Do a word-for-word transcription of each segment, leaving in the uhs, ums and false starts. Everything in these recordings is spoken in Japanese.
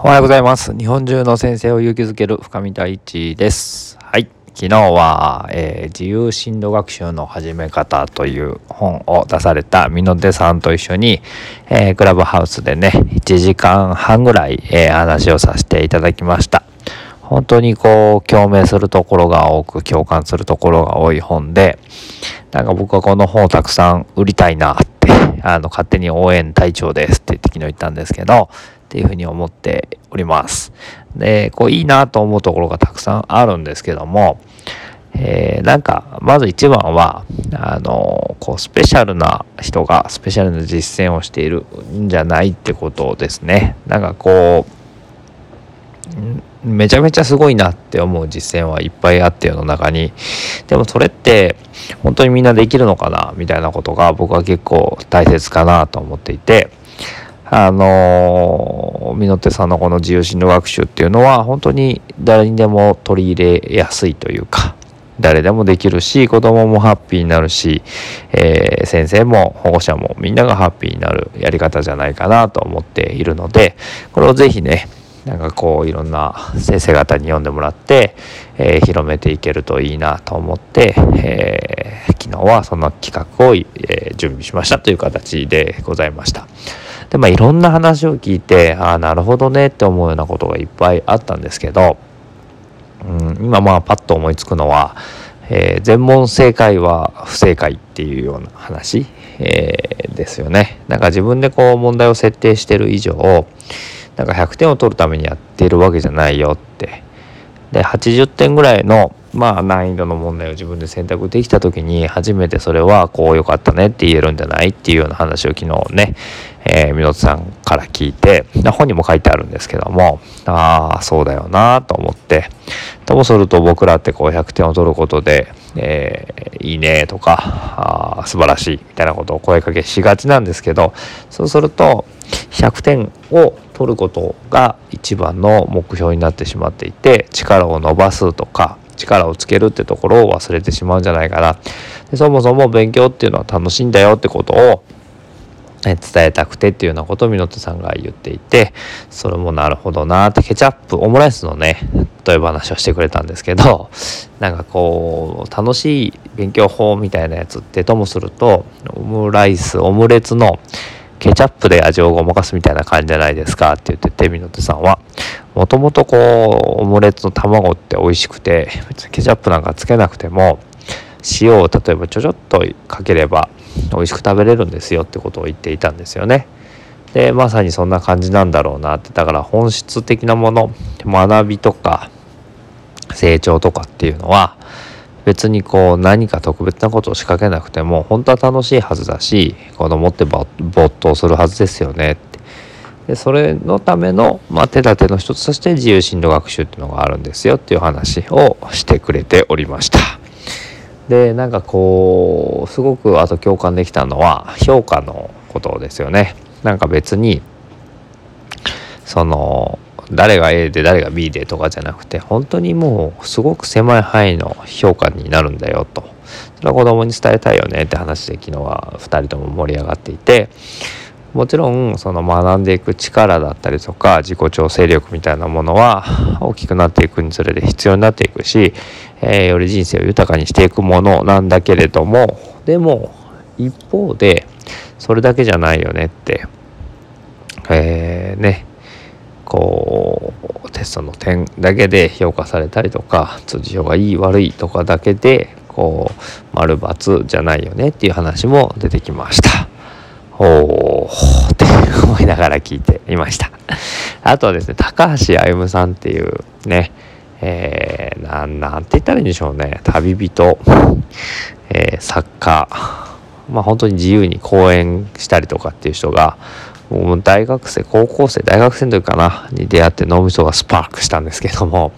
おはようございます。日本中の先生を勇気づける深見太一です。はい。昨日は、えー、自由進路学習の始め方という本を出された美濃手さんと一緒に、えー、クラブハウスでね、いちじかんはんぐらい、えー、話をさせていただきました。本当にこう、共鳴するところが多く、共感するところが多い本で、なんか僕はこの本をたくさん売りたいなって、あの、勝手に応援隊長ですって言って昨日言ったんですけど、っていうふうに思っております。で、こういいなと思うところがたくさんあるんですけども、えー、なんかまず一番はあのこうスペシャルな人がスペシャルな実践をしているんじゃないってことですね。なんかこうめちゃめちゃすごいなって思う実践はいっぱいあって世の中に。でもそれって本当にみんなできるのかなみたいなことが僕は結構大切かなと思っていて、あの美濃手さんのこの自由進路学習っていうのは本当に誰にでも取り入れやすいというか、誰でもできるし、子供もハッピーになるし、えー、先生も保護者もみんながハッピーになるやり方じゃないかなと思っているので、これをぜひね、なんかこういろんな先生方に読んでもらって、えー、広めていけるといいなと思って、えー、昨日はその企画を、えー、準備しましたという形でございました。でまあいろんな話を聞いて、ああなるほどねって思うようなことがいっぱいあったんですけど、うん、今まあパッと思いつくのは、えー、全問正解は不正解っていうような話、えー、ですよね。なんか自分でこう問題を設定している以上、なんかひゃくてんを取るためにやっているわけじゃないよって。ではちじゅってんぐらいのまあ難易度の問題を自分で選択できた時に初めてそれはこう良かったねって言えるんじゃないっていうような話を昨日ね、えー、美濃さんから聞いて、本にも書いてあるんですけども、ああそうだよなと思って、ともすると僕らってこうひゃくてんを取ることで、えー、いいねとかあ素晴らしいみたいなことを声かけしがちなんですけど、そうするとひゃくてんを取ることが一番の目標になってしまっていて、力を伸ばすとか力をつけるってところを忘れてしまうんじゃないかな。でそもそも勉強っていうのは楽しいんだよってことを伝えたくてっていうようなことを美濃手さんが言っていて、それもなるほどなって、ケチャップオムライスのね例えば話をしてくれたんですけど、なんかこう楽しい勉強法みたいなやつってともするとオムライスオムレツのケチャップで味をごまかすみたいな感じじゃないですかって言ってて、美濃手さんはもともとこうオムレツの卵って美味しくて、別にケチャップなんかつけなくても塩を例えばちょちょっとかければ美味しく食べれるんですよってことを言っていたんですよね。でまさにそんな感じなんだろうなって。だから本質的なもの、学びとか成長とかっていうのは別にこう何か特別なことを仕掛けなくても本当は楽しいはずだし、子供って没頭するはずですよねって。でそれのための、まあ、手立ての一つとして自由進路学習っていうのがあるんですよっていう話をしてくれておりました。でなんかこうすごくあと共感できたのは評価のことですよね。なんか別にその誰が A で誰が B でとかじゃなくて、本当にもうすごく狭い範囲の評価になるんだよと。それは子供に伝えたいよねって話で昨日はふたりとも盛り上がっていて、もちろんその学んでいく力だったりとか自己調整力みたいなものは大きくなっていくにつれて必要になっていくし、えー、より人生を豊かにしていくものなんだけれども、でも一方でそれだけじゃないよねって、えー、ねこうテストの点だけで評価されたりとか、通知表がいい悪いとかだけでこう丸×じゃないよねっていう話も出てきました。おーって思いながら聞いていました。あとはですね、高橋歩さんっていうね、えー、なんなんて言ったらいいんでしょうね、旅人、えー、作家、まあ本当に自由に講演したりとかっていう人が、もう大学生高校生大学生の時かなに出会って脳みそがスパークしたんですけども、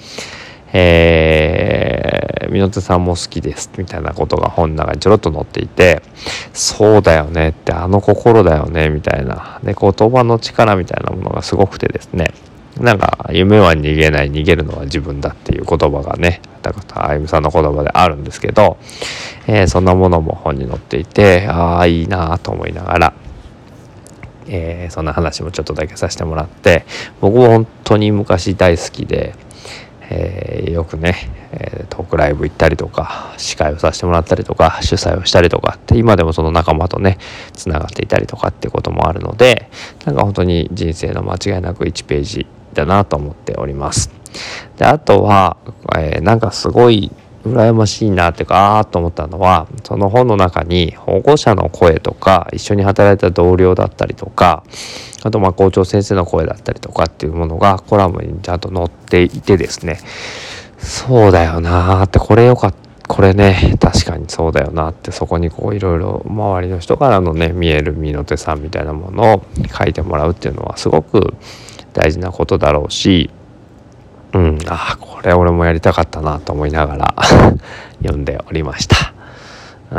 えー、美濃手さんも好きですみたいなことが本の中にちょろっと載っていて、そうだよねって、あの心だよねみたいな、で言葉の力みたいなものがすごくてですね、なんか夢は逃げない、逃げるのは自分だっていう言葉がね、高田あゆみさんの言葉であるんですけど、えー、そんなものも本に載っていて、ああいいなと思いながらえー、そんな話もちょっとだけさせてもらって、僕も本当に昔大好きで、えー、よくね、えー、トークライブ行ったりとか司会をさせてもらったりとか主催をしたりとかって今でもその仲間とねつながっていたりとかっていうこともあるので、なんか本当に人生の間違いなくいちページだなと思っております。であとは、えー、なんかすごい羨ましいなっていうかあーと思ったのは、その本の中に保護者の声とか一緒に働いた同僚だったりとか、あとまあ校長先生の声だったりとかっていうものがコラムにちゃんと載っていてですね、そうだよなーって、これよかったこれね確かにそうだよなって、そこにこういろいろ周りの人からのね見える身の手さんみたいなものを書いてもらうっていうのはすごく大事なことだろうし、うん、あこれ俺もやりたかったなと思いながら読んでおりました。うん、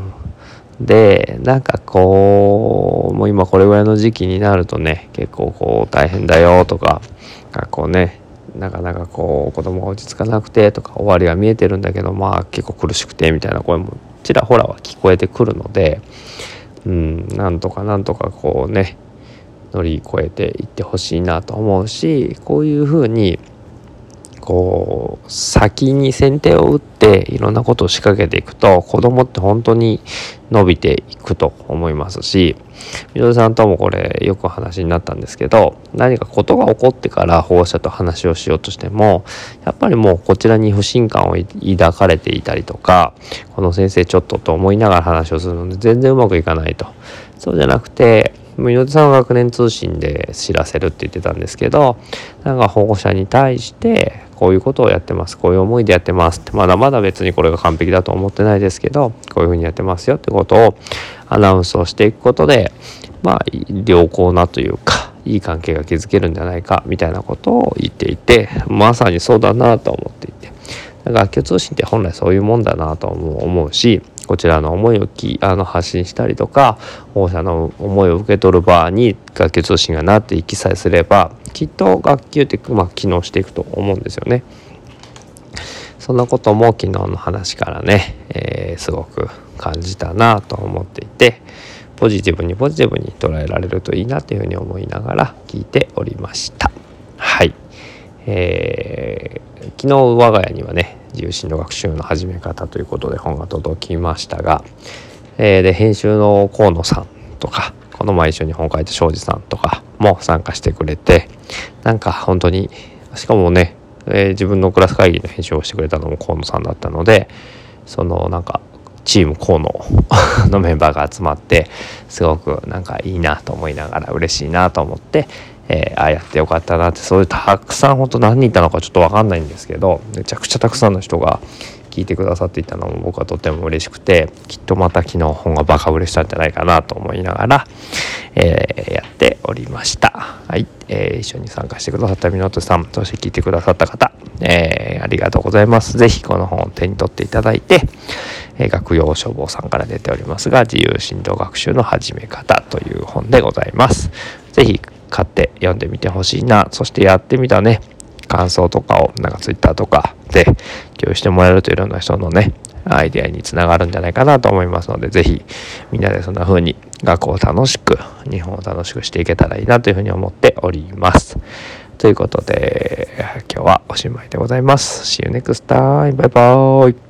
でなんかこうもう今これぐらいの時期になるとね結構こう大変だよとか、学校ねなかなかこう子供が落ち着かなくてとか終わりが見えてるんだけどまあ結構苦しくてみたいな声もちらほらは聞こえてくるので、うん、なんとかなんとかこうね乗り越えていってほしいなと思うし、こういうふうにこう先に先手を打っていろんなことを仕掛けていくと子供って本当に伸びていくと思いますし、みのりさんともこれよく話になったんですけど、何かことが起こってから保護者と話をしようとしてもやっぱりもうこちらに不信感を抱かれていたりとか、この先生ちょっとと思いながら話をするので全然うまくいかないと。そうじゃなくてみのりさんは学年通信で知らせるって言ってたんですけど、なんか保護者に対してこういうことをやってます、こういう思いでやってますって、まだまだ別にこれが完璧だと思ってないですけどこういうふうにやってますよってことをアナウンスをしていくことで、まあ良好なというかいい関係が築けるんじゃないかみたいなことを言っていて、まさにそうだなと思っていて、学級通信って本来そういうもんだなと思うし、こちらの思いをきあの発信したりとか保護者の思いを受け取る場に学級通信がなっていきさえすればきっと学級ってまあ機能していくと思うんですよね。そんなことも昨日の話からね、えー、すごく感じたなと思っていて、ポジティブにポジティブに捉えられるといいなというふうに思いながら聞いておりました。はい、えー、昨日我が家にはね自由進路学習の始め方ということで本が届きましたが、えー、で編集の河野さんとかこの前一緒に本書いた庄司さんとかも参加してくれて、なんか本当にしかもね、えー、自分のクラス会議の編集をしてくれたのも河野さんだったので、そのなんかチーム河野のメンバーが集まってすごくなんかいいなと思いながら嬉しいなと思って、えー、ああやってよかったなって、そういうたくさん本当何人いたのかちょっと分かんないんですけどめちゃくちゃたくさんの人が聞いてくださっていたのも僕はとっても嬉しくて、きっとまた昨日本がバカ売れしたんじゃないかなと思いながら、えー、やっておりました。はい、えー、一緒に参加してくださったみのとさん、そして聞いてくださった方、えー、ありがとうございます。ぜひこの本を手に取っていただいて、えー、学用書房さんから出ておりますが自由進路学習の始め方という本でございます。ぜひ買って読んでみてほしいな。そしてやってみたね感想とかをなんかツイッターとかで共有してもらえるといろんな人のねアイデアにつながるんじゃないかなと思いますので、ぜひみんなでそんな風に学校を楽しく日本を楽しくしていけたらいいなというふうに思っております。ということで今日はおしまいでございます。See you next time. バイバイ。